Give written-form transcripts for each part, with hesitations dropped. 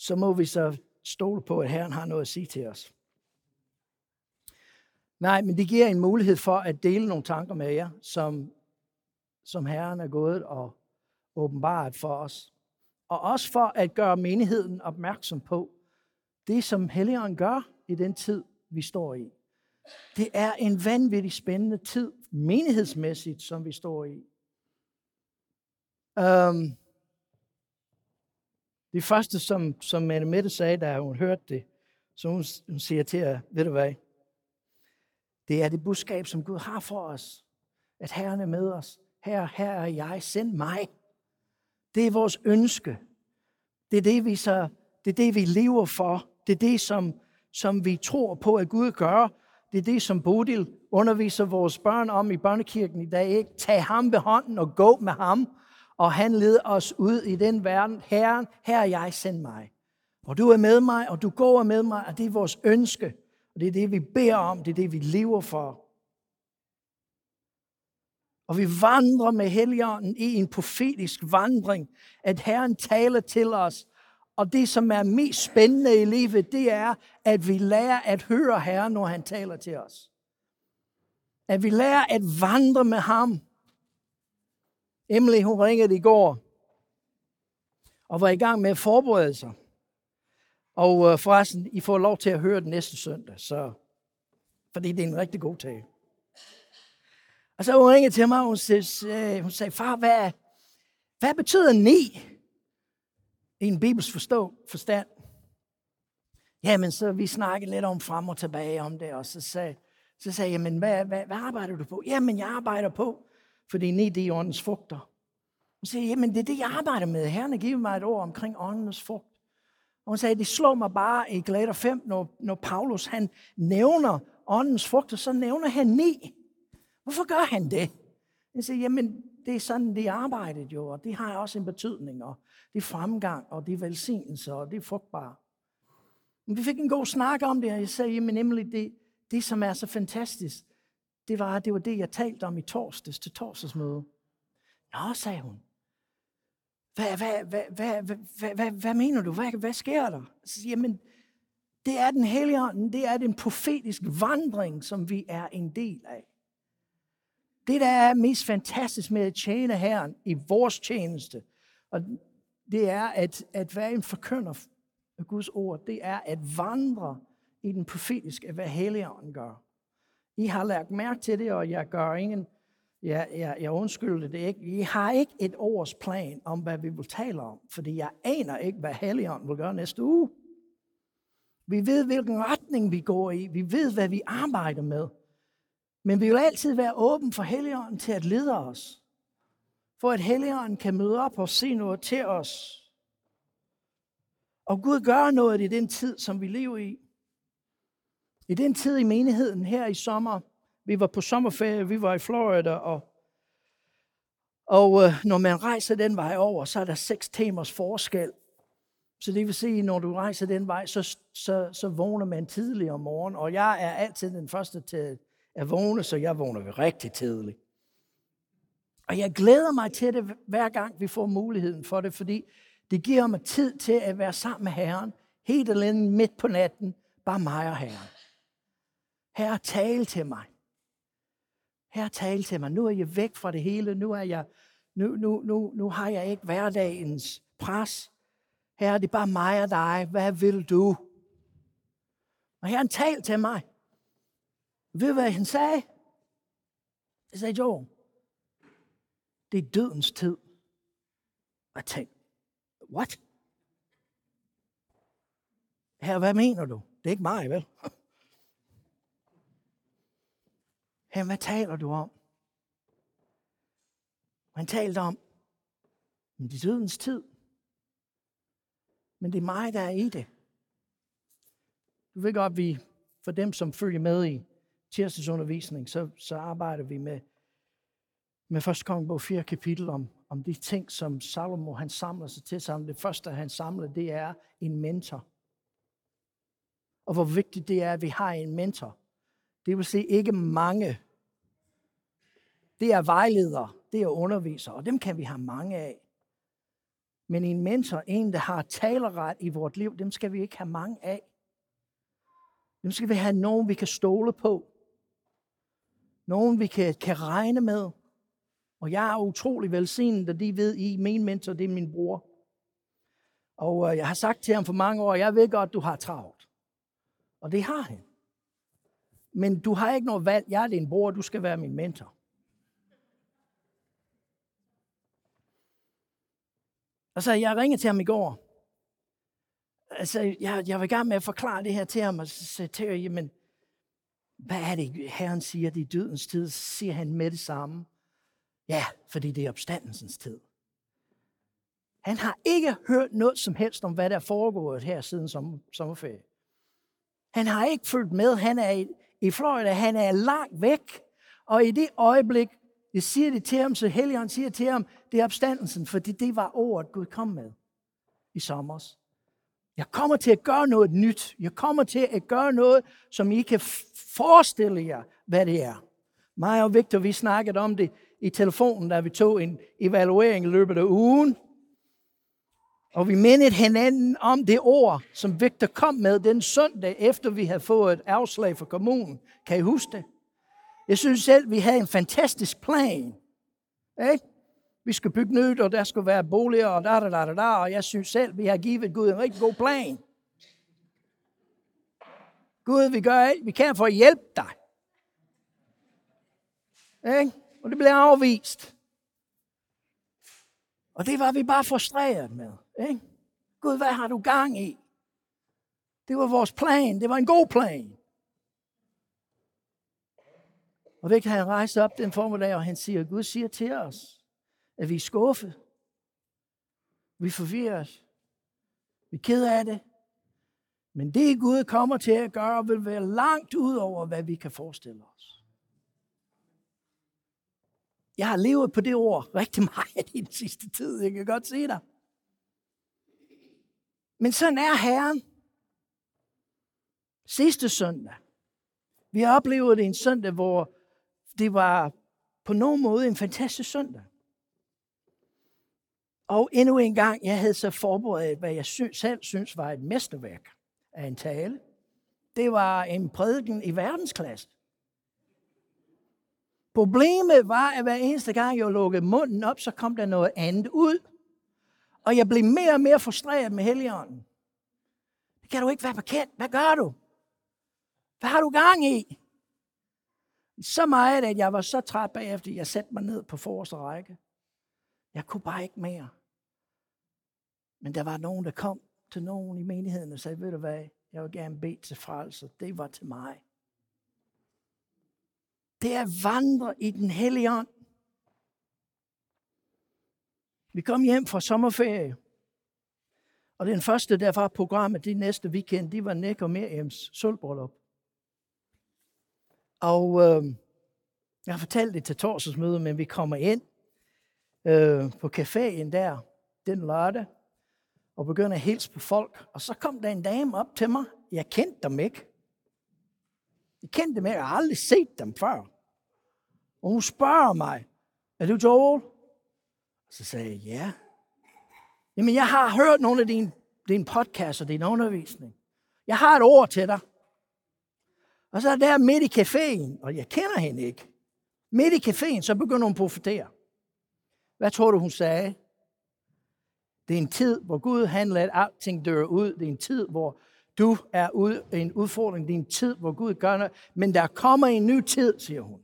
så må vi så stole på, at Herren har noget at sige til os. Nej, men det giver en mulighed for at dele nogle tanker med jer, som Herren er gået og åbenbaret for os. Og også for at gøre menigheden opmærksom på det, som Helligånden gør i den tid, vi står i. Det er en vanvittig spændende tid, menighedsmæssigt, som vi står i. Det første, som Mette Mette sagde, da hun hørte det, så hun siger til jer, ved du hvad? Det er det budskab, som Gud har for os. At Herren er med os. Her er jeg, send mig. Det er vores ønske. Det er det, vi lever for. Det er det, som vi tror på, at Gud gør. Det er det, som Bodil underviser vores børn om i børnekirken i dag. Ikke? Tag ham ved hånden og gå med ham. Og han leder os ud i den verden. Herren, her er jeg, send mig. Og du er med mig, og du går med mig, og det er vores ønske. Og det er det, vi beder om. Det er det, vi lever for. Og vi vandrer med Helligånden i en profetisk vandring, at Herren taler til os. Og det, som er mest spændende i livet, det er, at vi lærer at høre Herren, når han taler til os. At vi lærer at vandre med ham. Emily, hun ringede i går, og var i gang med at forberede sig. Og forresten, I får lov til at høre den næste søndag, fordi det er en rigtig god tale. Og så hun ringede til mig, og hun sagde, far, hvad betyder 9 i en bibels forstand? Jamen, så vi snakkede lidt om frem og tilbage om det, og så sagde jeg, jamen, hvad arbejder du på? Jamen, jeg arbejder på, fordi 9 det er åndens frugter. Hun sagde, jamen, det er det, jeg arbejder med. Herren har givet mig et ord omkring åndens frugt. Og hun sagde, det slår mig bare i Galater 5, når Paulus han nævner åndens frugter, så nævner han 9. Hvorfor gør han det? Jeg siger, jamen, det er sådan, det er arbejdet jo, og det har også en betydning, og det er fremgang, og det er velsignelse, og det er frugtbare. Men vi fik en god snak om det, og jeg sagde, jamen nemlig, det som er så fantastisk, det var det, jeg talte om i torsdags til torsdagsmøde. Nå, sagde hun. Hvad mener du? Hvad sker der? Så siger, jamen, det er den hellige ånd, det er den profetiske vandring, som vi er en del af. Det, der er mest fantastisk med at tjene Herren i vores tjeneste, og det er at være en forkynder af Guds ord, det er at vandre i den profetiske, hvad Helligånden gør. I har lagt mærke til det, og jeg gør ingen, jeg undskylder det ikke. I har ikke et års plan om, hvad vi vil tale om, fordi jeg aner ikke, hvad Helligånden vil gøre næste uge. Vi ved, hvilken retning vi går i. Vi ved, hvad vi arbejder med. Men vi vil altid være åben for Helligånden til at lede os. For at Helligånden kan møde op og se noget til os. Og Gud gør noget i den tid, som vi lever i. I den tid i menigheden her i sommer, vi var på sommerferie, vi var i Florida, og når man rejser den vej over, så er der 6 timers forskel. Så det vil sige, når du rejser den vej, så vågner man tidligt om morgenen, og jeg er altid den første til at vågne, så jeg vågner rigtig tidligt. Og jeg glæder mig til det, hver gang vi får muligheden for det, fordi det giver mig tid til at være sammen med Herren, helt alene midt på natten, bare mig og Herren. Herre, tale til mig. Herre, tale til mig. Nu er jeg væk fra det hele. Nu har jeg ikke hverdagens pres. Herre, det er bare mig og dig. Hvad vil du? Og Herren talte til mig. Ved du, hvad han sagde? Jeg sagde, jo, det er dødens tid. Og jeg tænkte, what? Herre, hvad mener du? Det er ikke mig, vel? Herre, hvad taler du om? Han talte om, det er dødens tid. Men det er mig, der er i det. Du ved godt, vi for dem, som følger med i tirsdagsundervisning, så arbejder vi med 1. Kongebog 4 kapitel om de ting, som Salomo han samler sig til sammen. Det første, han samler, det er en mentor. Og hvor vigtigt det er, at vi har en mentor. Det vil sige ikke mange. Det er vejledere, det er undervisere, og dem kan vi have mange af. Men en mentor, en der har taleret i vores liv, dem skal vi ikke have mange af. Dem skal vi have nogen, vi kan stole på. Nogen, vi kan regne med. Og jeg er utrolig velsignet, at de ved, I min mentor, det er min bror. Og jeg har sagt til ham for mange år, jeg ved godt, du har travlt. Og det har han. Men du har ikke noget valg. Jeg er din bror, du skal være min mentor. Og så jeg ringede til ham i går. Altså, jeg var i gang med at forklare det her til ham, og så sagde jeg, jamen, hvad er det, Herren siger, det er dødens tid? Så siger han med det samme. Ja, fordi det er opstandelsens tid. Han har ikke hørt noget som helst om, hvad der er foregået her siden sommerferie. Han har ikke fulgt med. Han er i Florida. Han er langt væk. Og i det øjeblik, jeg siger det til ham, så Helligånden siger til ham, det er opstandelsen, fordi det var ordet, Gud kom med i sommer. Jeg kommer til at gøre noget nyt. Jeg kommer til at gøre noget, som I kan forestille jer, hvad det er. Mig og Victor, vi snakkede om det i telefonen, da vi tog en evaluering i løbet af ugen. Og vi mindede hinanden om det ord, som Victor kom med den søndag, efter vi havde fået et afslag fra kommunen. Kan I huske det? Jeg synes selv, vi havde en fantastisk plan. Ikke? Vi skal bygge nyt, og der skal være boliger, og og jeg synes selv, vi har givet Gud en rigtig god plan. Gud, vi gør alt, vi kan for at hjælpe dig. Ikke? Og det blev afvist. Og det var vi bare frustreret med. Ikke? Gud, hvad har du gang i? Det var vores plan. Det var en god plan. Og Victor han rejste op den formiddag, og han siger, Gud siger til os, at vi er skuffet. Vi er forvirret. Vi er ked af det. Men det Gud kommer til at gøre, vil være langt ud over, hvad vi kan forestille os. Jeg har levet på det ord rigtig meget i den sidste tid. Jeg kan godt se dig. Men sådan er Herren. Sidste søndag. Vi har oplevet en søndag, hvor det var på nogen måde en fantastisk søndag. Og endnu en gang, jeg havde så forberedt, hvad jeg selv synes var et mesterværk af en tale. Det var en prædiken i verdensklasse. Problemet var, at hver eneste gang, jeg lukkede munden op, så kom der noget andet ud. Og jeg blev mere og mere frustreret med Helligånden. Det kan du ikke være bekendt. Hvad gør du? Hvad har du gang i? Så meget, at jeg var så træt bagefter, jeg satte mig ned på forreste række. Jeg kunne bare ikke mere. Men der var nogen, der kom til nogen i menigheden og sagde, ved du hvad, jeg vil gerne bede til frelse. Det var til mig. Det er at vandre i den hellige ånd. Vi kom hjem fra sommerferie. Og den første, der var programmet de næste weekend, det var Nick og Miriams sølvbryllup. Og jeg har fortalt det til torsdagsmødet, men vi kommer ind på caféen der den lørdag og begynder at hilse på folk. Og så kom der en dame op til mig. Jeg kendte dem ikke. Jeg har aldrig set dem før. Og hun spørger mig, er du Joel? Så sagde jeg, ja. Jamen, jeg har hørt nogle af dine podcasts og din undervisning. Jeg har et ord til dig. Og så er der midt i caféen, og jeg kender hende ikke. Midt i caféen, så begynder hun at profetere. Hvad tror du, hun sagde? Det er en tid, hvor Gud han lader alting døre ud. Det er en tid, hvor du er ude i en udfordring. Det er en tid, hvor Gud gør noget. Men der kommer en ny tid, siger hun.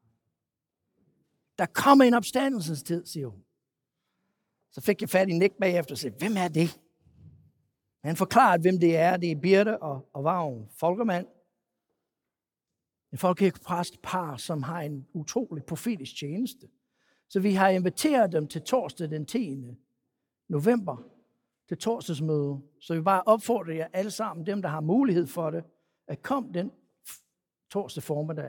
Der kommer en opstandelsens tid, siger hun. Så fik jeg fat i Nick bagefter og sagde, hvem er det? Han forklarede, hvem det er. Det er Birte og Vagn Folkemand. En folkekirkepræstpar, som har en utrolig profetisk tjeneste. Så vi har inviteret dem til torsdag den 10. november til torsdagsmøde. Så vi bare opfordrer jer alle sammen, dem der har mulighed for det, at komme den torsdag formiddag.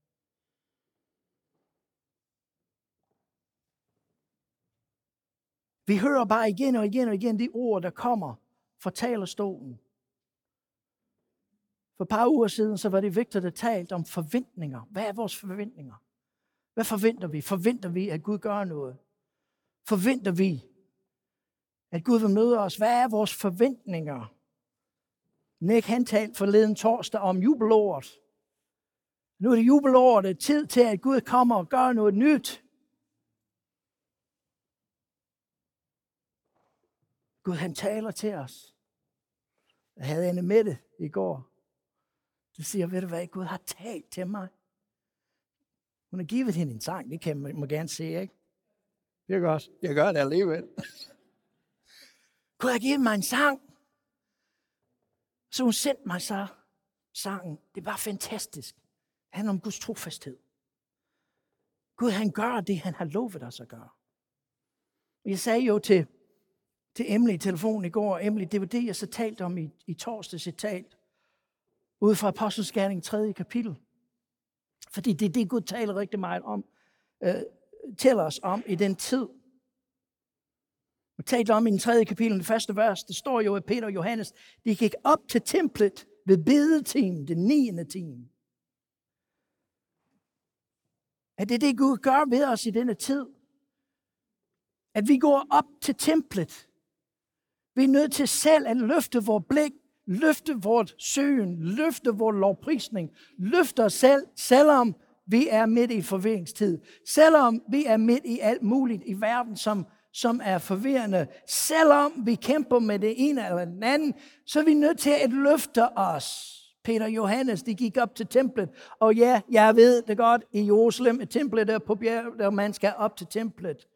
Vi hører bare igen og igen og igen de ord, der kommer fra talerstolen. For et par uger siden, så var det vigtigt, der talt om forventninger. Hvad er vores forventninger? Hvad forventer vi? Forventer vi, at Gud gør noget? Forventer vi, At Gud vil møde os. Hvad er vores forventninger? Nick, han talte forleden torsdag om jubelåret. Nu er det jubelåret. Det er tid til, at Gud kommer og gør noget nyt. Gud, han taler til os. Jeg havde Anne Mette i går. Du siger, ved du hvad, Gud har talt til mig. Hun har givet hende en sang, det kan man gerne se, ikke? Det er godt. Jeg gør det alligevel. Gud har givet mig en sang. Så hun sendte mig så sangen. Det var fantastisk. Det handler om Guds trofasthed. Gud, han gør det, han har lovet os at gøre. Jeg sagde jo til Emily i telefonen i går, Emily, det var det, jeg så talte om i torsdags et talt, ude fra Apostlenes Gerning 3. kapitel. Fordi det er det, Gud taler rigtig meget om, tæller os om i den tid. Vi talte om i den 3. kapitel, den første vers, det står jo, at Peter og Johannes, de gik op til templet ved bedetimen, den 9. time. At det er det, Gud gør ved os i denne tid. At vi går op til templet. Vi er nødt til selv at løfte vores blik, løfte vores søgen, løfte vores lovprisning, løfte os selv, selvom vi er midt i forvirringstid. Selvom vi er midt i alt muligt i verden, som er forvirrende. Selvom vi kæmper med det ene eller den anden, så er vi nødt til at løfte os. Peter og Johannes, de gik op til templet. Og ja, jeg ved det godt, i Jerusalem er templet der på bjerget, der man skal op til templet.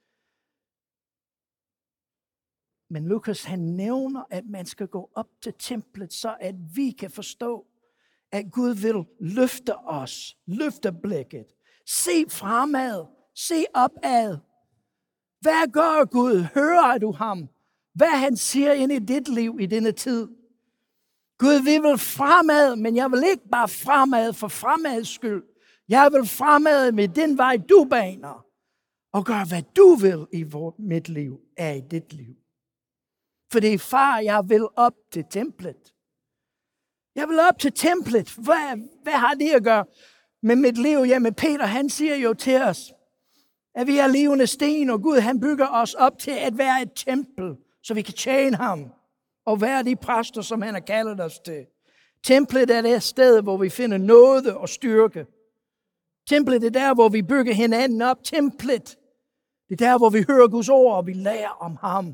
Men Lukas, han nævner, at man skal gå op til templet, så at vi kan forstå, at Gud vil løfte os, løfte blikket. Se fremad, se opad. Hvad gør Gud? Hører du ham? Hvad han siger ind i dit liv i denne tid? Gud, vi vil fremad, men jeg vil ikke bare fremad for fremads skyld. Jeg vil fremad med den vej, du baner. Og gør, hvad du vil i mit liv, er i dit liv. Fordi far, jeg vil op til templet. Jeg vil op til templet. Hvad har det at gøre med mit liv? Jamen Peter, han siger jo til os, at vi er levende sten, og Gud, han bygger os op til at være et tempel, så vi kan tjene ham og være de præster, som han har kaldet os til. Templet er det sted, hvor vi finder nåde og styrke. Templet er der, hvor vi bygger hinanden op. Templet, det er der, hvor vi hører Guds ord, og vi lærer om ham.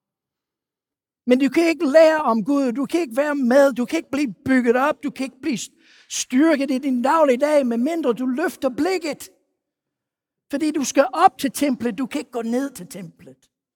Men du kan ikke lære om Gud, du kan ikke være med, du kan ikke blive bygget op, du kan ikke blive styrket i din dagligdag, medmindre du løfter blikket. Fordi du skal op til templet, du kan ikke gå ned til templet.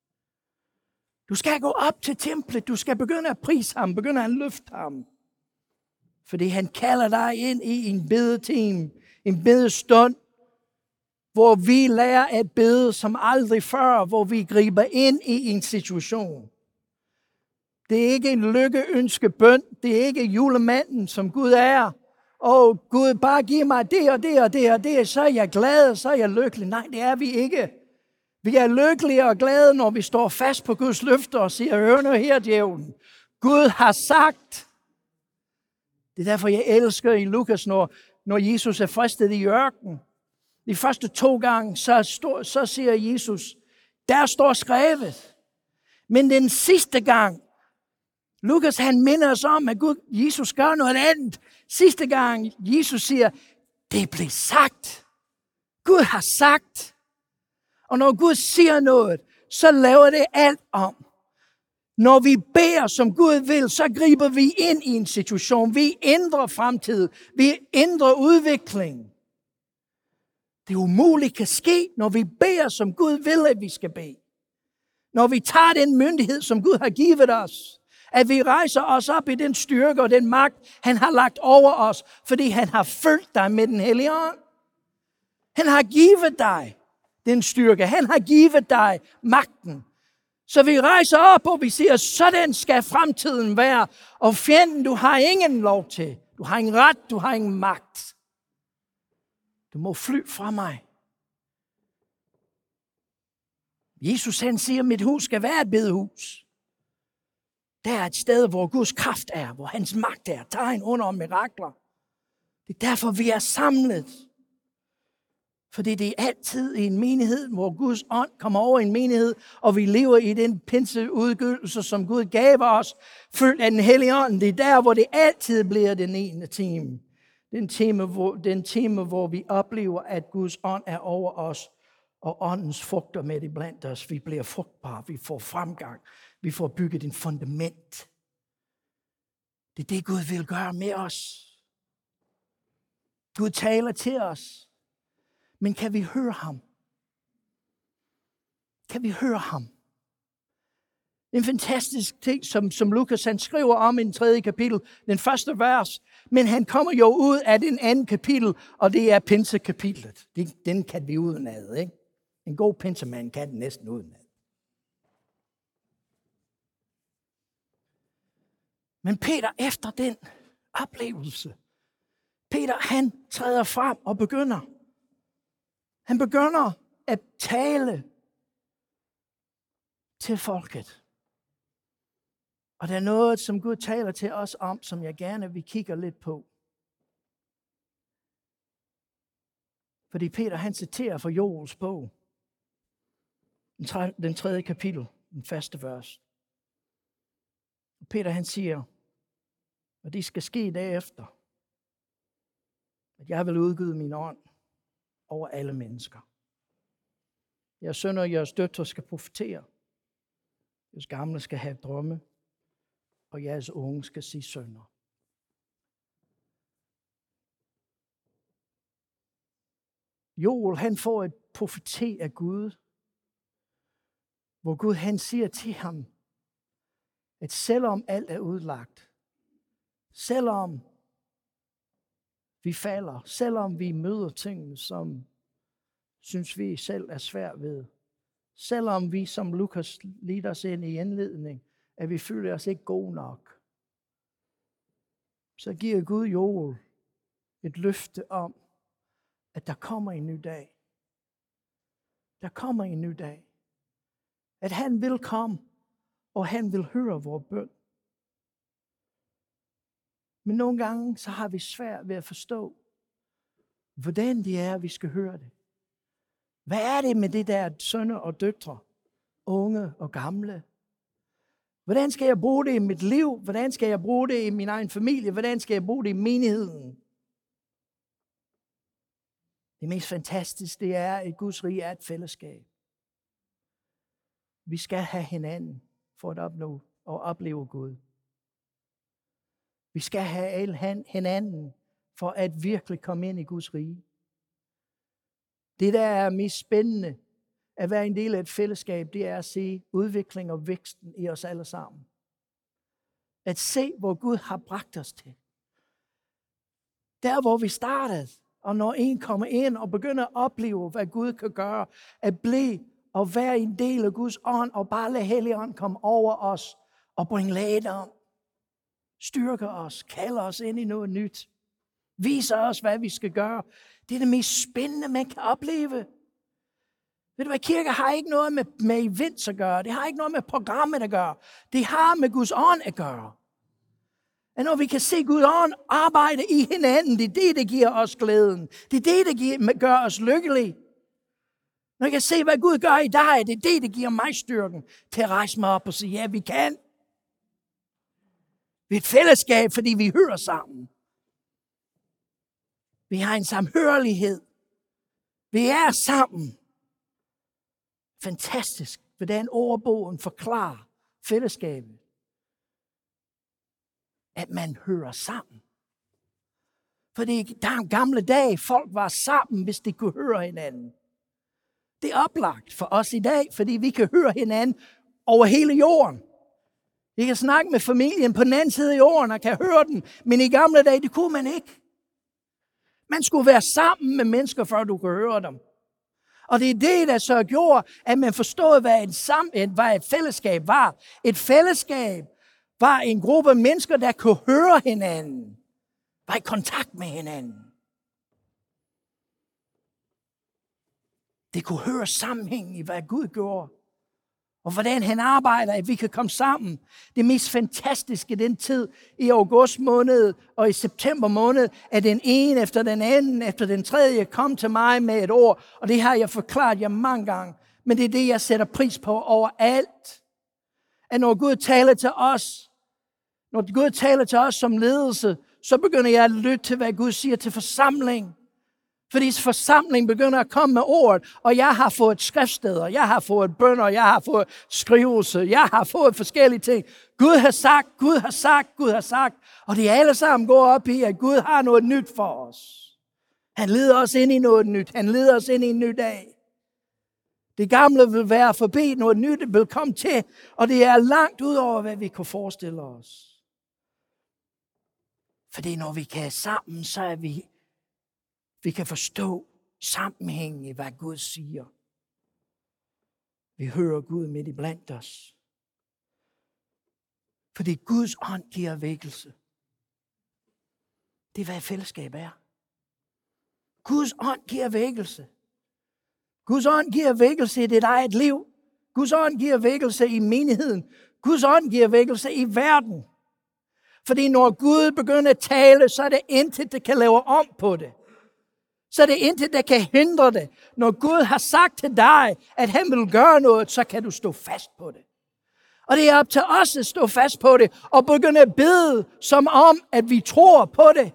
Du skal gå op til templet, du skal begynde at prise ham, begynde at løfte ham. Fordi han kalder dig ind i en bedetime, en bedestund, hvor vi lærer at bede som aldrig før, hvor vi griber ind i en situation. Det er ikke en lykkeønskebøn, det er ikke julemanden, som Gud er. Gud, bare giv mig det og det og det og det, så er jeg glad, så er jeg lykkelig. Nej, det er vi ikke. Vi er lykkelige og glade, når vi står fast på Guds løfter og siger, hør nu her, djævlen. Gud har sagt. Det er derfor, jeg elsker i Lukas, når Jesus er fristet i ørkenen. De første 2 gange, så siger Jesus, der står skrevet. Men den sidste gang, Lukas, han minder os om, at Jesus gør noget andet. Sidste gang, Jesus siger, det blev sagt. Gud har sagt. Og når Gud siger noget, så laver det alt om. Når vi beder, som Gud vil, så griber vi ind i en situation. Vi ændrer fremtiden. Vi ændrer udviklingen. Det umuligt kan ske, når vi beder, som Gud vil, at vi skal bede. Når vi tager den myndighed, som Gud har givet os. At vi rejser os op i den styrke og den magt, han har lagt over os, fordi han har fyldt dig med den hellige ånd. Han har givet dig den styrke. Han har givet dig magten. Så vi rejser op, og vi siger, sådan skal fremtiden være. Og fjenden, du har ingen lov til. Du har ingen ret, du har ingen magt. Du må fly fra mig. Jesus han siger, mit hus skal være et bedehus. Der er et sted, hvor Guds kraft er, hvor hans magt er, tegn, under og mirakler. Det er derfor, vi er samlet. Fordi det er altid i en menighed, hvor Guds ånd kommer over i en menighed, og vi lever i den pinseudgivelse, som Gud gav os, fyldt af den hellige ånd. Det er der, hvor det altid bliver den ene time. Den time, hvor vi oplever, at Guds ånd er over os, og åndens frugter med det blandt os. Vi bliver frugtbare, vi får fremgang, vi får bygget en fundament. Det er det, Gud vil gøre med os. Gud taler til os. Men kan vi høre ham? Kan vi høre ham? En fantastisk ting, som Lukas han skriver om i den 3. kapitel, den første vers. Men han kommer jo ud af den anden kapitel, og det er pinsekapitlet. Den kan vi udenad, ikke? En god pinsemand kan den næsten udenad. Men Peter, efter den oplevelse, Peter han træder frem og begynder. Han begynder at tale til folket. Og der er noget, som Gud taler til os om, som jeg gerne vil kigge lidt på. Fordi Peter han citerer fra Joels bog, den 3. kapitel, den første vers. Og Peter han siger, og det skal ske derefter, at jeg vil udgyde min ånd over alle mennesker. Jeres sønner og jeres døtre skal profetere. Jeres gamle skal have drømme, og jeres unge skal sige synder. Joel, han får et profeti af Gud, hvor Gud han siger til ham, at selvom alt er udlagt, selvom vi falder, selvom vi møder ting, som synes vi selv er svært ved, selvom vi, som Lukas leder os ind i indledning, at vi føler os ikke gode nok, så giver Gud Joel et løfte om, at der kommer en ny dag. Der kommer en ny dag. At han vil komme, og han vil høre vores bøn. Men nogle gange, så har vi svært ved at forstå, hvordan det er, vi skal høre det. Hvad er det med det der sønner og døtre, unge og gamle? Hvordan skal jeg bruge det i mit liv? Hvordan skal jeg bruge det i min egen familie? Hvordan skal jeg bruge det i menigheden? Det mest fantastiske, det er, at Guds rige er et fællesskab. Vi skal have hinanden for at opnå og opleve Gud. Vi skal have hinanden for at virkelig komme ind i Guds rige. Det, der er mest spændende at være en del af et fællesskab, det er at se udvikling og væksten i os alle sammen. At se, hvor Gud har bragt os til. Der, hvor vi startede, og når en kommer ind og begynder at opleve, hvad Gud kan gøre, at blive og være en del af Guds ånd, og bare lade Helligånden komme over os og bringe lægedom, styrke os, kalde os ind i noget nyt, viser os, hvad vi skal gøre. Det er det mest spændende, man kan opleve. Ved du hvad, kirke har ikke noget med events at gøre. Det har ikke noget med programmet at gøre. Det har med Guds ånd at gøre. Og når vi kan se Guds ånd arbejde i hinanden, det er det, der giver os glæden. Det er det, der gør os lykkelige. Når jeg kan se, hvad Gud gør i dig, det er det, der giver mig styrken til at rejse mig op og sige, ja, vi kan. Vi er et fællesskab, fordi vi hører sammen. Vi har en samhørighed. Vi er sammen. Fantastisk, hvordan ordbogen forklarer fællesskabet. At man hører sammen. Fordi der er en gamle dag, folk var sammen, hvis de kunne høre hinanden. Det er oplagt for os i dag, fordi vi kan høre hinanden over hele jorden. Vi kan snakke med familien på den anden side af jorden og kan høre den, men i gamle dage, det kunne man ikke. Man skulle være sammen med mennesker, før du kunne høre dem. Og det er det, der så gjorde, at man forstod, hvad et fællesskab var. Et fællesskab var en gruppe mennesker, der kunne høre hinanden. Var i kontakt med hinanden. Det kunne høre sammenhængen i, hvad Gud gjorde. Og hvordan han arbejder, at vi kan komme sammen. Det mest fantastiske den tid i august måned og i september måned, at den ene efter den anden, efter den tredje, kom til mig med et ord. Og det har jeg forklaret jer mange gange. Men det er det, jeg sætter pris på overalt. At når Gud taler til os som ledelse, så begynder jeg at lytte til, hvad Gud siger til forsamling. Fordi forsamling begynder at komme med ordet, og jeg har fået skriftsteder, jeg har fået bønner, jeg har fået skrivelse, jeg har fået forskellige ting. Gud har sagt, Gud har sagt, Gud har sagt, og de alle sammen går op i, at Gud har noget nyt for os. Han leder os ind i noget nyt, han leder os ind i en ny dag. Det gamle vil være forbi, noget nyt vil komme til, og det er langt ud over, hvad vi kunne forestille os. Fordi når vi kan sammen, så er vi kan forstå sammenhængen i, hvad Gud siger. Vi hører Gud midt i blandt os. Fordi Guds ånd giver vækkelse. Det er, hvad fællesskab er. Guds ånd giver vækkelse. Guds ånd giver vækkelse i dit eget liv. Guds ånd giver vækkelse i menigheden. Guds ånd giver vækkelse i verden. Fordi når Gud begynder at tale, så er det intet, der kan lave om på det. Så er det intet, der kan hindre det. Når Gud har sagt til dig, at han vil gøre noget, så kan du stå fast på det. Og det er op til os at stå fast på det, og begynde at bede, som om, at vi tror på det.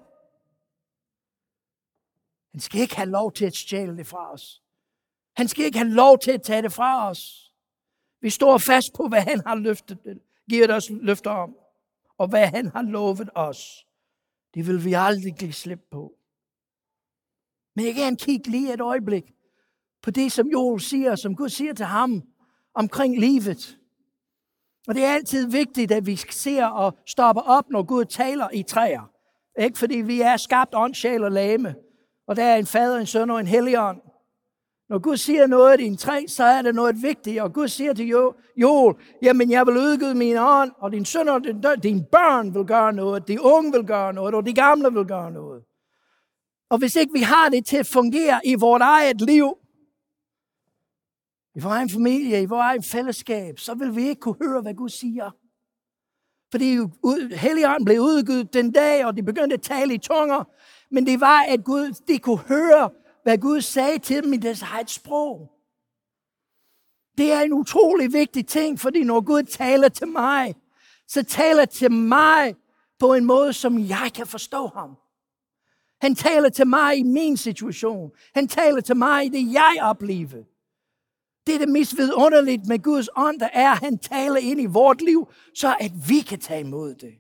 Han skal ikke have lov til at stjæle det fra os. Han skal ikke have lov til at tage det fra os. Vi står fast på, hvad han har givet os løfter om, og hvad han har lovet os. Det vil vi aldrig give slip på. Men jeg kan kigge lige et øjeblik på det, som Joel siger, som Gud siger til ham omkring livet. Og det er altid vigtigt, at vi ser og stopper op, når Gud taler i træer. Ikke fordi vi er skabt ånd, sjæl og legeme. Og der er en fader, en søn og en helligånd. Når Gud siger noget i en træ, så er det noget vigtigt. Og Gud siger til Joel, jamen jeg vil udgyde min ånd, og din søn og dine børn vil gøre noget, de unge vil gøre noget, og de gamle vil gøre noget. Og hvis ikke vi har det til at fungere i vores eget liv, i vores egen familie, i vores egen fællesskab, så vil vi ikke kunne høre, hvad Gud siger. Fordi Helligånden blev udgivet den dag, og de begyndte at tale i tunger. Men det var, at de kunne høre, hvad Gud sagde til dem i deres eget sprog. Det er en utrolig vigtig ting, fordi når Gud taler til mig, så taler til mig på en måde, som jeg kan forstå ham. Han taler til mig i min situation. Han taler til mig i det, jeg oplever. Det er det mest vidunderligt med Guds ånd, der er, at han taler ind i vort liv, så at vi kan tage imod det.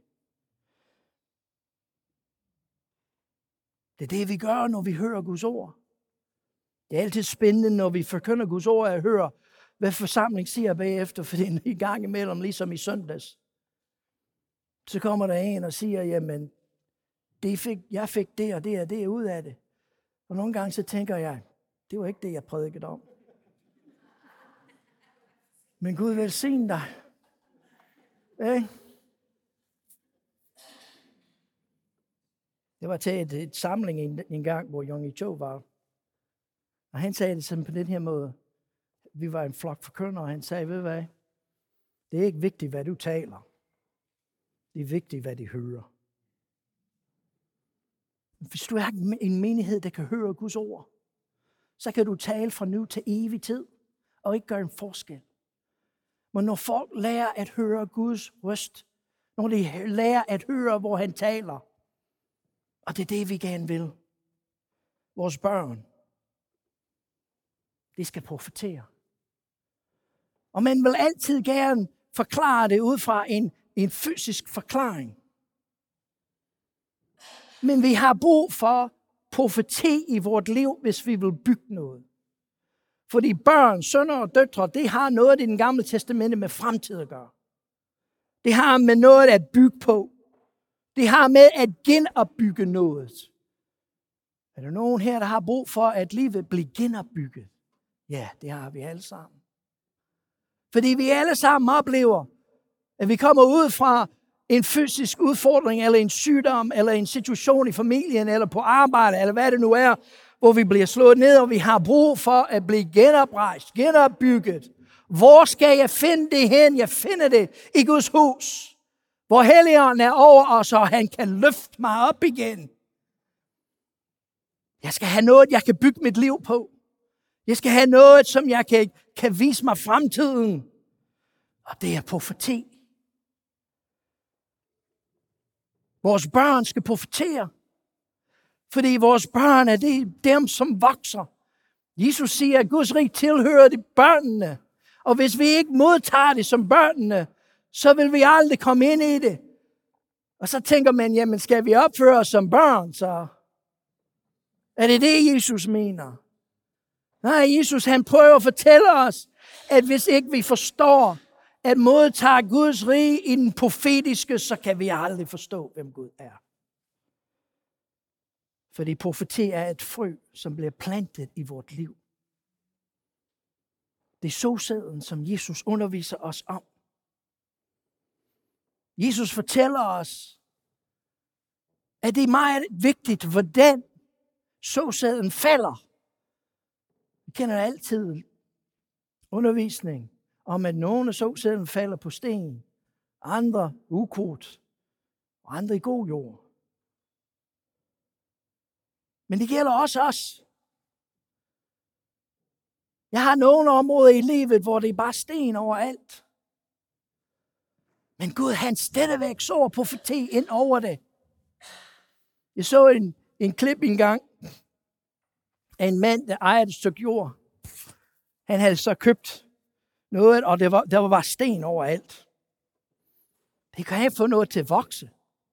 Det er det, vi gør, når vi hører Guds ord. Det er altid spændende, når vi forkynder Guds ord, at høre, hvad forsamling siger bagefter, for det er i gang imellem, ligesom i søndags. Så kommer der en og siger, jamen, jeg fik det og det og det ud af det. Og nogle gange så tænker jeg, det var ikke det, jeg prædikede om. Men Gud velsigne dig. Det var til et samling en gang, hvor Jung Cho var. Og han sagde det sådan på den her måde. Vi var en flok forkyndere, og han sagde, ved du hvad? Det er ikke vigtigt, hvad du taler. Det er vigtigt, hvad de hører. Hvis du er en menighed, der kan høre Guds ord, så kan du tale fra nu til evig tid, og ikke gøre en forskel. Men når folk lærer at høre Guds røst, når de lærer at høre, hvor han taler, og det er det, vi gerne vil. Vores børn, de skal profetere. Og man vil altid gerne forklare det ud fra en fysisk forklaring. Men vi har brug for profeti i vort liv, hvis vi vil bygge noget. Fordi børn, sønner og døtre, det har noget i den gamle testamente med fremtid at gøre. Det har med noget at bygge på. Det har med at genopbygge noget. Er der nogen her, der har brug for, at livet bliver genopbygget? Ja, det har vi alle sammen. Fordi vi alle sammen oplever, at vi kommer ud fra en fysisk udfordring, eller en sygdom, eller en situation i familien, eller på arbejde, eller hvad det nu er, hvor vi bliver slået ned, og vi har brug for at blive genoprejst, genopbygget. Hvor skal jeg finde det hen? Jeg finder det i Guds hus, hvor Helligånden er over os, og han kan løfte mig op igen. Jeg skal have noget, jeg kan bygge mit liv på. Jeg skal have noget, som jeg kan vise mig fremtiden. Og det er profeti. Vores børn skal profetere. Fordi vores børn er dem, som vokser. Jesus siger, at Guds rige tilhører de børnene. Og hvis vi ikke modtager det som børnene, så vil vi aldrig komme ind i det. Og så tænker man, jamen skal vi opføre os som børn, så er det Jesus mener. Nej, Jesus han prøver at fortælle os, at hvis ikke vi forstår at modtage Guds rige i den profetiske, så kan vi aldrig forstå, hvem Gud er. Fordi profeti er et frø, som bliver plantet i vort liv. Det er såsæden, som Jesus underviser os om. Jesus fortæller os, at det er meget vigtigt, hvordan såsæden falder. Vi kender altid undervisning om, at nogle af såsæden falder på sten, andre ukrudt, og andre i god jord. Men det gælder også os. Jeg har nogle områder i livet, hvor det er bare sten overalt. Men Gud, han stadigvæk så profeti ind over det. Jeg så en klip engang af en mand, der ejede et stykke jord. Han havde så købt noget, og der var bare sten overalt. Det kan han få noget til at vokse.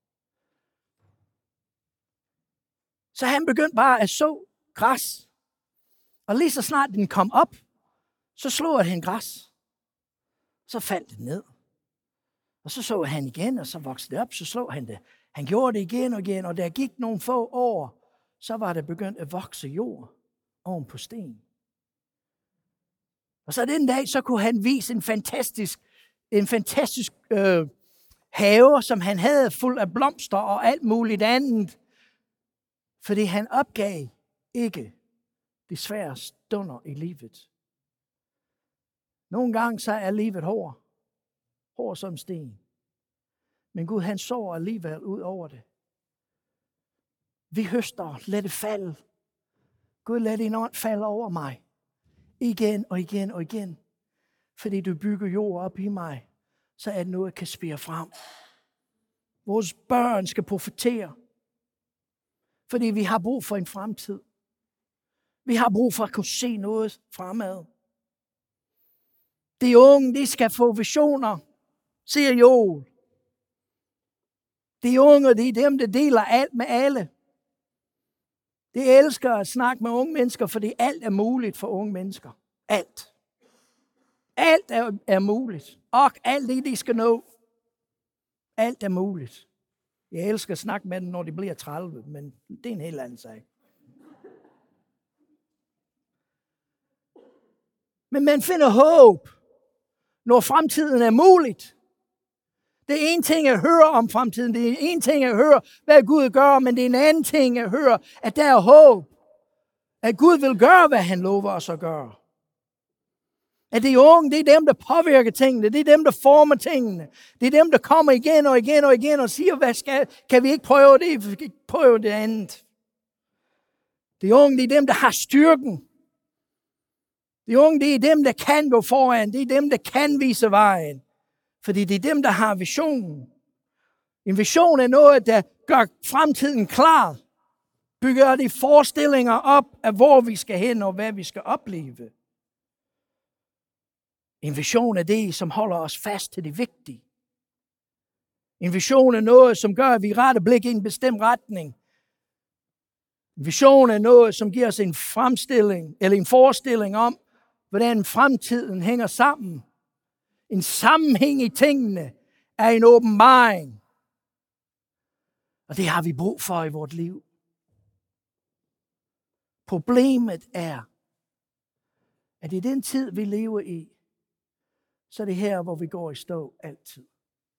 Så han begyndte bare at så græs. Og lige så snart den kom op, så slog han græs. Så faldt det ned. Og så han igen, og så voksede det op, så slog han det. Han gjorde det igen og igen, og der gik nogle få år, så var det begyndt at vokse jord oven på sten. Og så den dag, så kunne han vise en fantastisk have, som han havde fuld af blomster og alt muligt andet. Fordi han opgav ikke de svære stunder i livet. Nogle gange så er livet hård som sten. Men Gud han så alligevel ud over det. Vi høster, lad det falde. Gud lad din ånd falde over mig. Igen og igen og igen. Fordi du bygger jord op i mig, så at noget kan spire frem. Vores børn skal profetere. Fordi vi har brug for en fremtid. Vi har brug for at kunne se noget fremad. De unge, de skal få visioner, siger Joel. De unge, det er dem, der deler alt med alle. De elsker at snakke med unge mennesker, fordi alt er muligt for unge mennesker. Alt. Alt er muligt. Og alt det, de skal nå. Alt er muligt. Jeg elsker at snakke med dem, når de bliver 30, men det er en helt anden sag. Men man finder håb, når fremtiden er muligt. Det er en ting at høre om fremtiden. Det er en ting at høre, hvad Gud gør, men det er en anden ting at høre, at der er håb. At Gud vil gøre, hvad han lover os at gøre. At de unge, det er dem, der påvirker tingene. Det er dem, der former tingene. Det er dem, der kommer igen og igen og igen og siger, kan vi ikke prøve det? Vi kan ikke prøve det andet. De unge, det er dem, der har styrken. De unge, det er dem, der kan gå foran. Det er dem, der kan vise vejen. Fordi det er dem, der har visionen. En vision er noget, der gør fremtiden klar. Bygger de forestillinger op af, hvor vi skal hen og hvad vi skal opleve. En vision er det, som holder os fast til det vigtige. En vision er noget, som gør, at vi retter blik i en bestemt retning. En vision er noget, som giver os en fremstilling eller en forestilling om, hvordan fremtiden hænger sammen. En sammenhæng i tingene er en åbenbaring. Og det har vi brug for i vores liv. Problemet er, at i den tid, vi lever i, så er det her, hvor vi går i stå altid.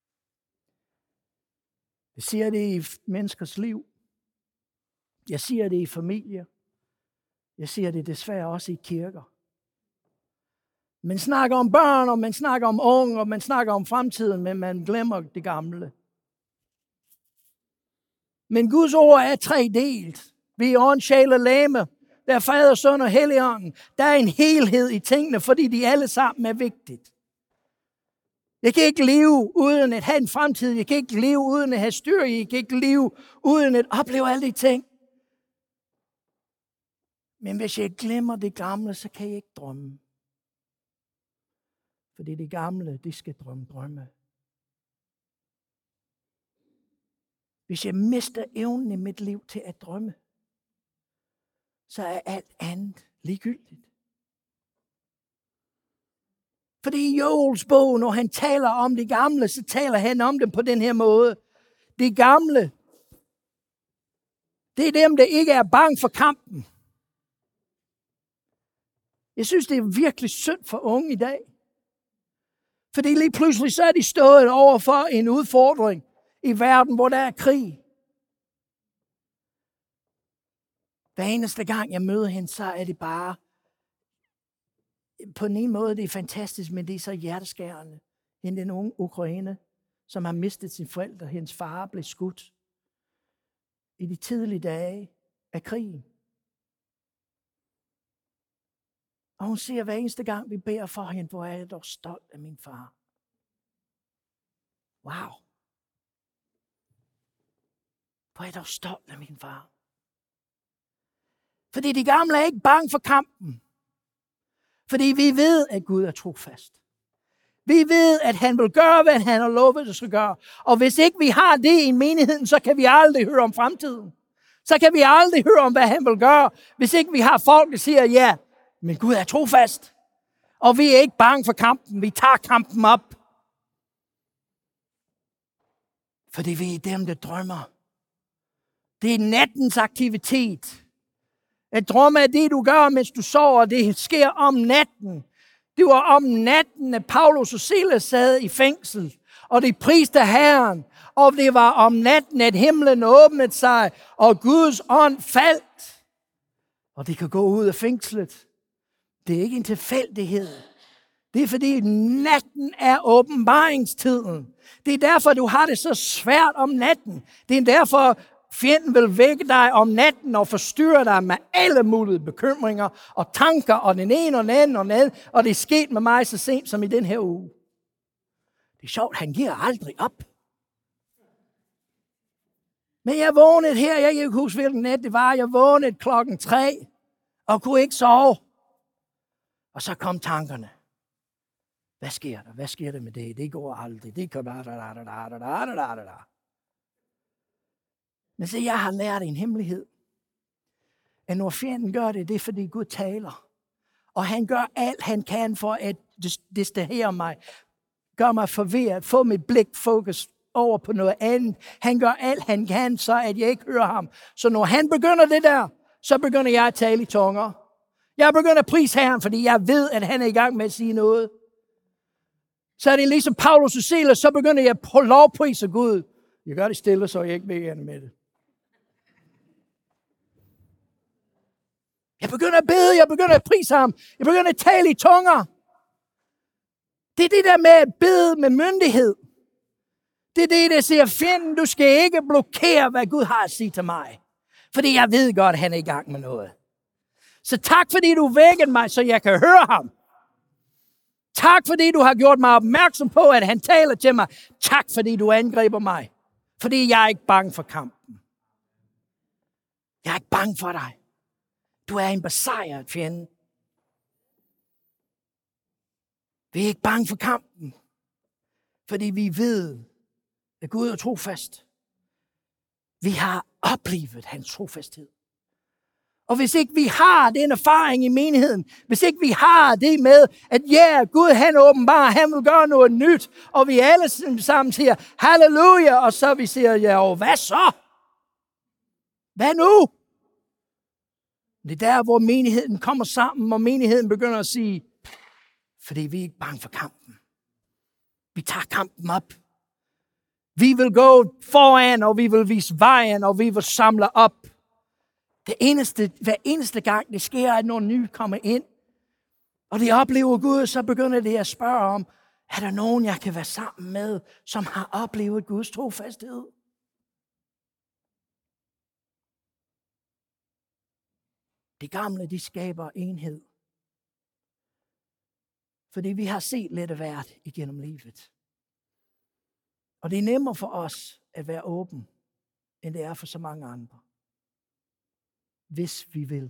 Jeg siger det i menneskers liv. Jeg siger det i familier. Jeg siger det desværre også i kirker. Man snakker om børn, og man snakker om unge, og man snakker om fremtiden, men man glemmer det gamle. Men Guds ord er tredelt. Vi er ånd, sjæl og legeme. Der er Fader, Søn og Helligånden. Der er en helhed i tingene, fordi de alle sammen er vigtigt. Jeg kan ikke leve uden at have en fremtid. Jeg kan ikke leve uden at have styr. Jeg kan ikke leve uden at opleve alle de ting. Men hvis jeg glemmer det gamle, så kan jeg ikke drømme. Fordi det gamle, det skal drømme. Hvis jeg mister evnen i mit liv til at drømme, så er alt andet ligegyldigt. Fordi i Joels bog, når han taler om det gamle, så taler han om dem på den her måde. Det gamle, det er dem, der ikke er bange for kampen. Jeg synes, det er virkelig synd for unge i dag. Fordi lige pludselig så er de stået over for en udfordring i verden, hvor der er krig. Hver eneste gang jeg møder hende, så er det bare, på en måde det er fantastisk, men det er så hjerteskærende. Hende den unge ukraine, som har mistet sin forældre, hendes far blev skudt i de tidlige dage af krigen. Og hun siger hver eneste gang, vi beder for hende, hvor er jeg dog stolt af min far. Wow. Hvor er jeg dog stolt af min far. Fordi de gamle er ikke bange for kampen. Fordi vi ved, at Gud er trofast. Vi ved, at han vil gøre, hvad han har lovet, at skal gøre. Og hvis ikke vi har det i menigheden, så kan vi aldrig høre om fremtiden. Så kan vi aldrig høre om, hvad han vil gøre, hvis ikke vi har folk, der siger, ja, men Gud er trofast. Og vi er ikke bange for kampen. Vi tager kampen op. Fordi vi er dem, der drømmer. Det er nattens aktivitet. At drømme er det, du gør, mens du sover. Det sker om natten. Det var om natten, at Paulus og Silas sad i fængsel. Og de priste Herren. Og det var om natten, at himlen åbnede sig. Og Guds ånd faldt. Og de kan gå ud af fængslet. Det er ikke en tilfældighed. Det er fordi natten er åbenbaringstiden. Det er derfor, du har det så svært om natten. Det er derfor, fjenden vil vække dig om natten og forstyrre dig med alle mulige bekymringer og tanker og den ene og den anden og den anden. Og det er sket med mig så sent som i den her uge. Det er sjovt, han giver aldrig op. Men jeg vågnede her, jeg kan ikke huske, hvilken nat det var. Jeg vågnede 3:00 og kunne ikke sove. Og så kom tankerne. Hvad sker der? Hvad sker der med det? Det går aldrig. Det går da. Men så jeg har lært en hemmelighed. At når fjenden gør det, det er fordi Gud taler. Og han gør alt, han kan for at distrahere mig. Gør mig forvirret. Få mit blik fokus over på noget andet. Han gør alt, han kan, så at jeg ikke hører ham. Så når han begynder det der, så begynder jeg at tale i tunger. Jeg begynder at prise Herren, fordi jeg ved, at han er i gang med at sige noget. Så er det ligesom Paulus og Silas, så begynder jeg at lovprise Gud. Jeg gør det stille, så jeg ikke vil gerne med det. Jeg begynder at bede, jeg begynder at prise ham. Jeg begynder at tale i tunger. Det er det der med at bede med myndighed. Det er det, der siger, fjenden, du skal ikke blokere, hvad Gud har at sige til mig. Fordi jeg ved godt, at han er i gang med noget. Så tak, fordi du vækkede mig, så jeg kan høre ham. Tak, fordi du har gjort mig opmærksom på, at han taler til mig. Tak, fordi du angriber mig. Fordi jeg er ikke bange for kampen. Jeg er ikke bange for dig. Du er en besejret fjende. Vi er ikke bange for kampen. Fordi vi ved, at Gud er trofast. Vi har oplevet hans trofasthed. Og hvis ikke vi har den erfaring i menigheden, hvis ikke vi har det med, at ja, Gud han åbenbart, han vil gøre noget nyt, og vi alle sammen siger, halleluja, og så vi siger, ja, og hvad så? Hvad nu? Det er der, hvor menigheden kommer sammen, og menigheden begynder at sige, fordi vi er ikke bange for kampen. Vi tager kampen op. Vi vil gå foran, og vi vil vise vejen, og vi vil samle op. Hver eneste gang, det sker, at når nye kommer ind, og de oplever Gud, så begynder de at spørge om, er der nogen, jeg kan være sammen med, som har oplevet Guds trofasthed? Det gamle, de skaber enhed. Fordi vi har set lidt af hvert igennem livet. Og det er nemmere for os at være åben, end det er for så mange andre. Hvis vi vil.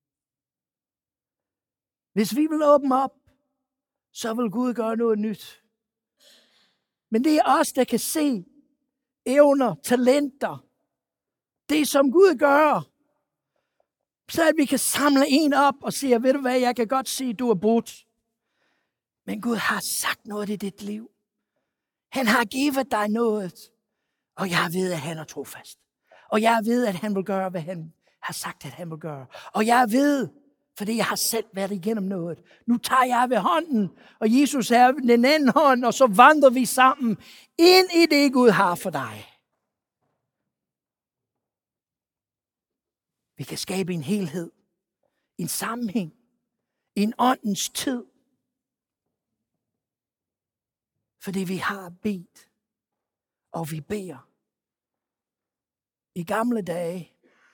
Hvis vi vil åbne op, så vil Gud gøre noget nyt. Men det er os, der kan se evner, talenter. Det, som Gud gør. Så at vi kan samle en op og sige, ved du hvad, jeg kan godt sige, du er brudt. Men Gud har sagt noget i dit liv. Han har givet dig noget. Og jeg ved, at han er trofast. Og jeg ved, at han vil gøre, hvad han har sagt, at han vil gøre. Og jeg ved, fordi jeg har selv været igennem noget. Nu tager jeg ved hånden, og Jesus er ved den anden hånd, og så vandrer vi sammen ind i det, Gud har for dig. Vi kan skabe en helhed, en sammenhæng, en åndens tid. Fordi vi har bedt, og vi beder. I gamle dage,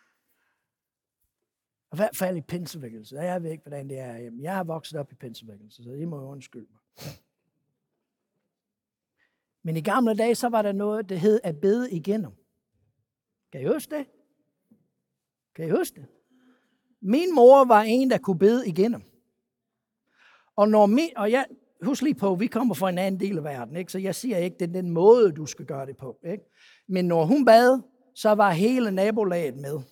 i hvert fald i pinsevækkelse, jeg ved ikke, hvordan det er hjemme. Jeg har vokset op i pinsevækkelse, så I må jo undskylde mig. Men i gamle dage, så var der noget, der hed at bede igennem. Kan I huske det? Kan I huske det? Min mor var en, der kunne bede igennem. Og jeg husk lige på, vi kommer fra en anden del af verden, ikke? Så jeg siger ikke, det er den måde, du skal gøre det på. Ikke? Men når hun bad, så var hele nabolaget med.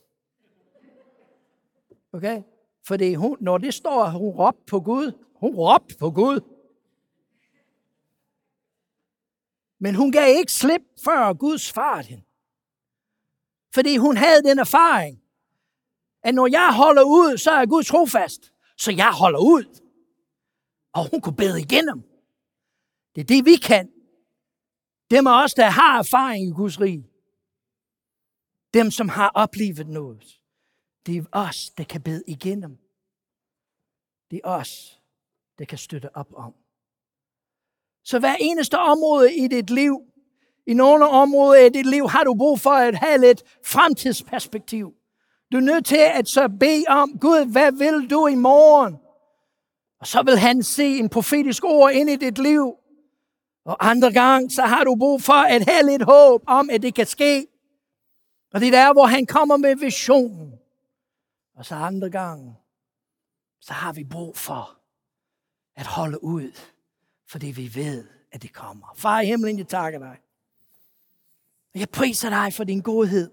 Okay? Fordi når det står, at hun råbte på Gud, hun råbte på Gud. Men hun gav ikke slip, før Gud svarede hende. Fordi hun havde den erfaring, at når jeg holder ud, så er Gud trofast. Så jeg holder ud. Og hun kunne bede igennem. Det er det, vi kan. Dem af os, der har erfaring i Guds rige. Dem, som har oplevet noget. Det er os, der kan bede igennem. Det er os, der kan støtte op om. Så hver eneste område i dit liv, i nogle områder i dit liv, har du brug for at have lidt fremtidsperspektiv. Du er nødt til at så bede om, Gud, hvad vil du i morgen? Og så vil han se en profetisk ord ind i dit liv. Og andre gange, så har du brug for at have lidt håb om, at det kan ske. Og det er der, hvor han kommer med visionen. Og så andre gange, så har vi brug for at holde ud, fordi vi ved, at det kommer. Far i himlen, jeg takker dig. Og jeg priser dig for din godhed.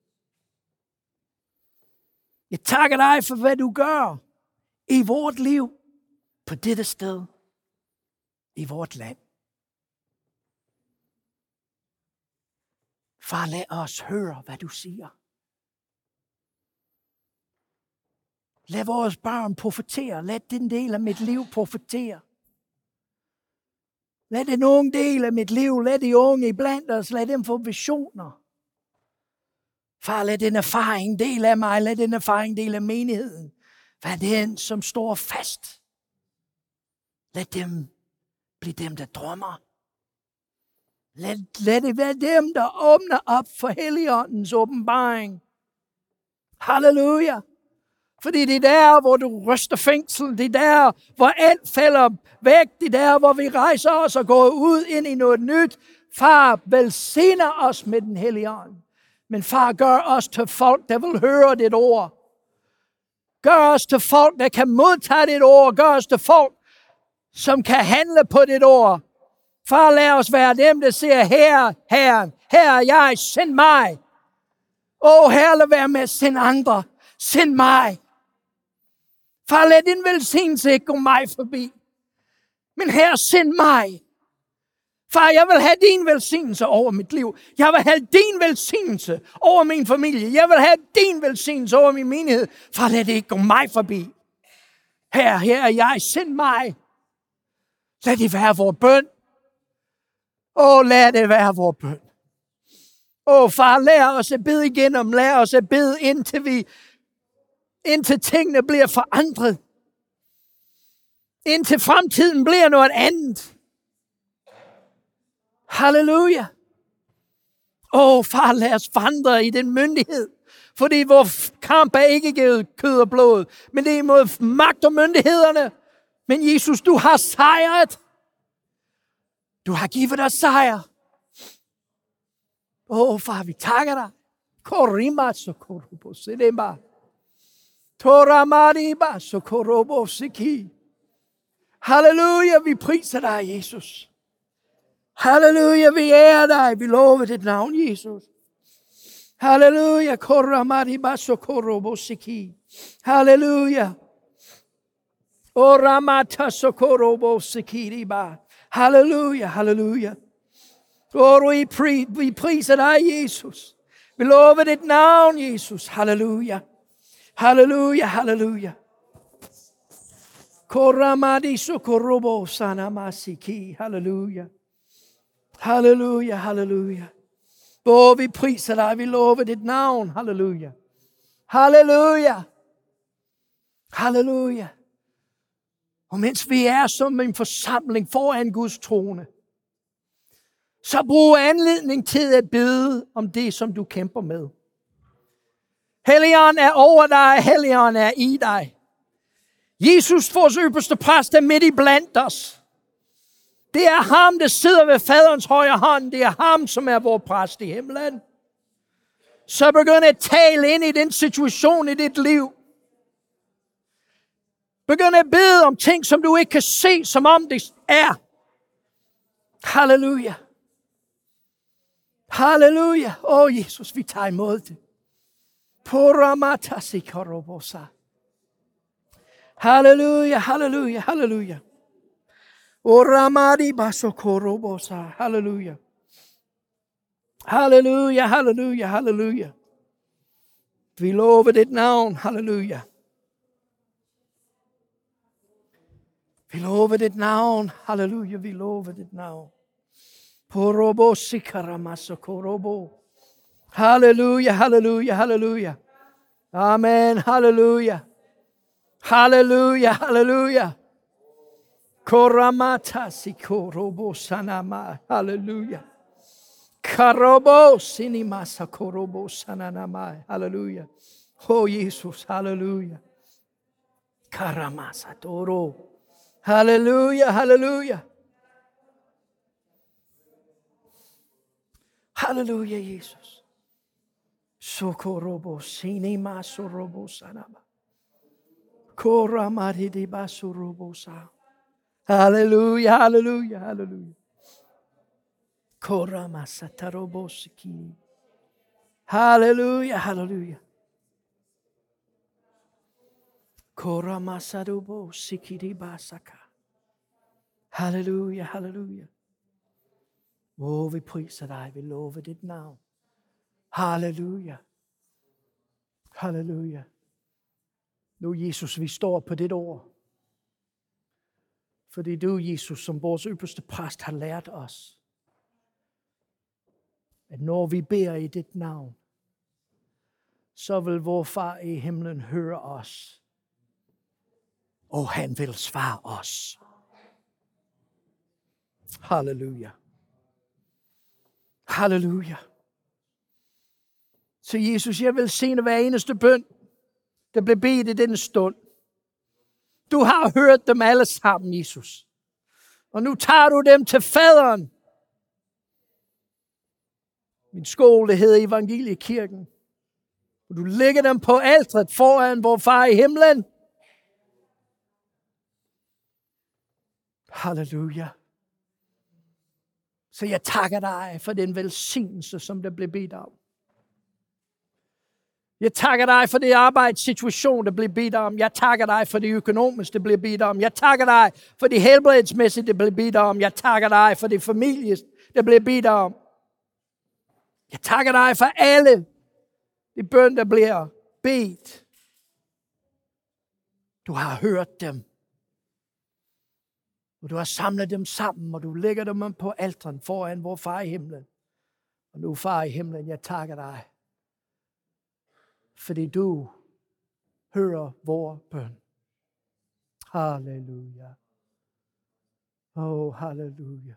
Jeg takker dig for, hvad du gør i vort liv, på dette sted, i vort land. Far, lad os høre, hvad du siger. Lad vores børn profetere. Lad den del af mit liv profetere. Lad den unge del af mit liv, lad de unge iblandt os, lad dem få visioner. Far, lad den erfaring del af mig, lad den erfaring del af menigheden. Vær den, som står fast. Lad dem blive dem, der drømmer. Lad det være dem, der åbner op for Helligåndens åbenbaring. Halleluja. Fordi det er der, hvor du ryster fængsel. Det er der, hvor alt falder væk. Det er der, hvor vi rejser os og går ud ind i noget nyt. Far, velsigner os med den hellige ånd. Men far, gør os til folk, der vil høre dit ord. Gør os til folk, der kan modtage dit ord. Gør os til folk, som kan handle på dit ord. Far, lad os være dem, der siger, Herren, her er jeg, send mig. Herre, lad være med at sende andre. Send mig. Far, lad din velsignelse ikke gå mig forbi. Men Herre, send mig. Far, jeg vil have din velsignelse over mit liv. Jeg vil have din velsignelse over min familie. Jeg vil have din velsignelse over min menighed. Far, lad det ikke gå mig forbi. Herre, her er jeg. Send mig. Lad det være vores bøn. Lad det være vores bøn. Far, lær os at bede igennem. Lær os at bede indtil tingene bliver forandret. Indtil fremtiden bliver noget andet. Halleluja. Far, lad os vandre i den myndighed. Fordi vores kamp er ikke givet kød og blod, men det er mod magt og myndighederne. Men Jesus, du har sejret. Du har givet os sejr. Far, vi takker dig. Korima sokorobo sedema. Toramariba sokorobo siki. Halleluja, vi priser dig, Jesus. Halleluja, vi ærer dig. Vi lover dit navn, Jesus. Halleluja, koramariba sokorobo siki. Halleluja. Oramata sokorobo sikiriba. Halleluja, halleluja. Vi priser dig, Jesus. Vi lover dit navn, Jesus. Halleluja. Halleluja, halleluja. Koramadi sokorobo sanamasiki. Halleluja. Halleluja, halleluja. Vi priser dig, vi lover dit navn. Halleluja. Halleluja. Halleluja. Og mens vi er som en forsamling foran Guds trone, så brug anledning til at bede om det, som du kæmper med. Helligånden er over dig, Helligånden er i dig. Jesus, vores øverste præst, er midt i blandt os. Det er ham, der sidder ved faderens højre hånd. Det er ham, som er vores præst i himlen. Så begynd at tale ind i den situation i dit liv. Begynd at bede om ting, som du ikke kan se, som om det er. Halleluja. Halleluja. Jesus, vi tager imod det. Halleluja, halleluja, halleluja. Halleluja. Halleluja, halleluja, halleluja. Vi lover dit navn. Halleluja. Vi lover dit navn. Halleluja, vi lover dit navn. Porobo sikaramaso korobo. Halleluja, halleluja, halleluja. Amen, halleluja. Halleluja, halleluja. Koramata sikorobo sanama. Halleluja. Karobo sinimasa korobo sananama. Halleluja. Jesus, halleluja. Karamasa toro. Halleluja, halleluja. Halleluja, Jesus. Sokorobo sinima sorobo sanama. Koramari de basorobo sa. Halleluja, halleluja, halleluja. Koramasa tarobo siki. Halleluja, halleluja. Koramasa robo sikiri basaka. Halleluja, halleluja. Vi priser dig, vi lover dit navn. Halleluja. Halleluja. Nu, Jesus, vi står på dit ord. Fordi du, Jesus, som vores øverste præst, har lært os, at når vi beder i dit navn, så vil vor far i himlen høre os. Og han vil svare os. Halleluja. Halleluja. Så Jesus, jeg vil se hver eneste bøn, der blev bedt i denne stund. Du har hørt dem alle sammen, Jesus. Og nu tager du dem til faderen. Min skole hedder Evangeliekirken. Og du lægger dem på alteret foran vor far i himlen. Halleluja. Så jeg takker dig for den velsignelse, som der blev bedt om. Jeg takker dig for det arbejdssituation, der blev bedt om. Jeg takker dig for det økonomiske, der blev bedt om. Jeg takker dig for det helbredsmæssige, der blev bedt om. Jeg takker dig for det familie, der blev bedt om. Jeg takker dig for alle de bøn, der bliver bedt. Du har hørt dem. Og du har samlet dem sammen, og du lægger dem på alteren foran vor far i himlen. Og nu, far i himlen, jeg takker dig. Fordi du hører vor bøn. Halleluja. Halleluja.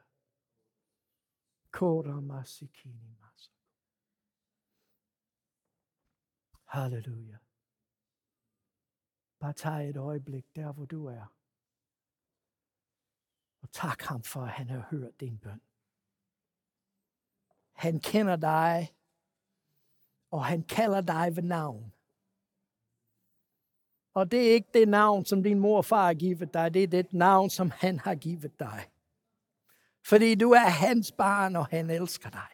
Halleluja. Bare tag et øjeblik der, hvor du er. Og tak ham for, at han har hørt din bøn. Han kender dig, og han kalder dig ved navn. Og det er ikke det navn, som din mor og far har givet dig. Det er det navn, som han har givet dig. Fordi du er hans barn, og han elsker dig.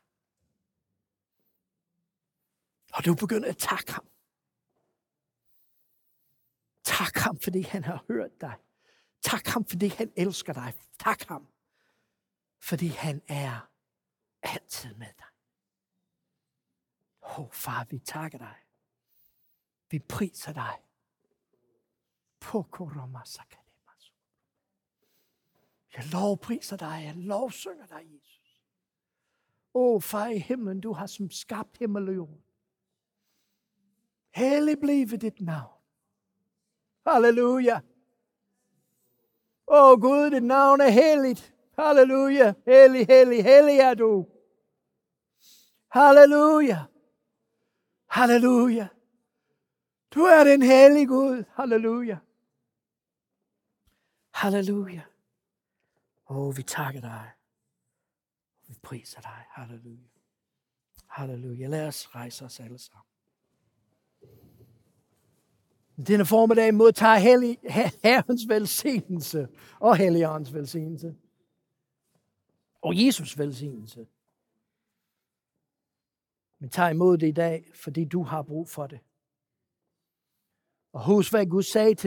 Og du begynder at takke ham. Tak ham, fordi han har hørt dig. Tak ham, fordi han elsker dig. Tak ham, fordi han er altid med dig. Far, vi takker dig. Vi priser dig. Jeg lovpriser dig. Jeg lovsynger dig, Jesus. Far i himlen, du har som skabt himmel og jord. Hellig blive dit navn. Halleluja. Gud, dit navn er helligt. Halleluja. Hellig, hellig, hellig er du. Halleluja. Halleluja. Du er den hellige Gud. Halleluja. Halleluja. Vi takker dig. Vi priser dig. Halleluja. Halleluja. Lad os rejse os alle sammen. Denne formiddag modtager Herrens velsignelse og Helligåndens velsignelse. Og Jesus velsignelse. Men tag imod det i dag, fordi du har brug for det. Og husk, hvad Gud sagde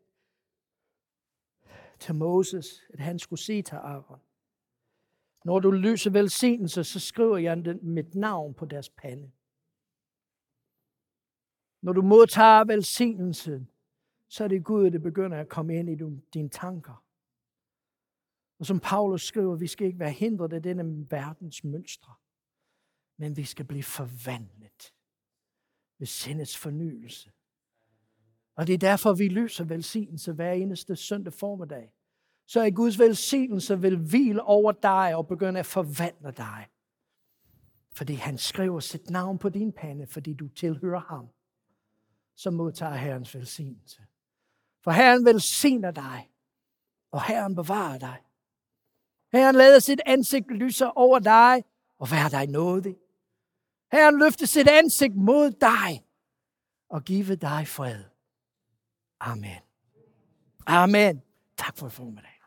til Moses, at han skulle sige til Aaron. Når du lyser velsignelse, så skriver jeg mit navn på deres pande. Når du modtager velsignelsen, så er det Gud, der begynder at komme ind i dine tanker. Og som Paulus skriver, vi skal ikke være hindret af denne verdens mønstre, men vi skal blive forvandlet ved sindets fornyelse. Og det er derfor, vi lyser velsignelse hver eneste søndag formiddag. Så at Guds velsignelse vil hvile over dig og begynde at forvandle dig. Fordi han skriver sit navn på din pande, fordi du tilhører ham. Så modtager Herrens velsignelse. For Herren velsigner dig, og Herren bevarer dig. Herren lader sit ansigt lyse over dig, og vær dig nådig. Herren løfter sit ansigt mod dig, og giver dig fred. Amen. Amen. Tak for formiddag.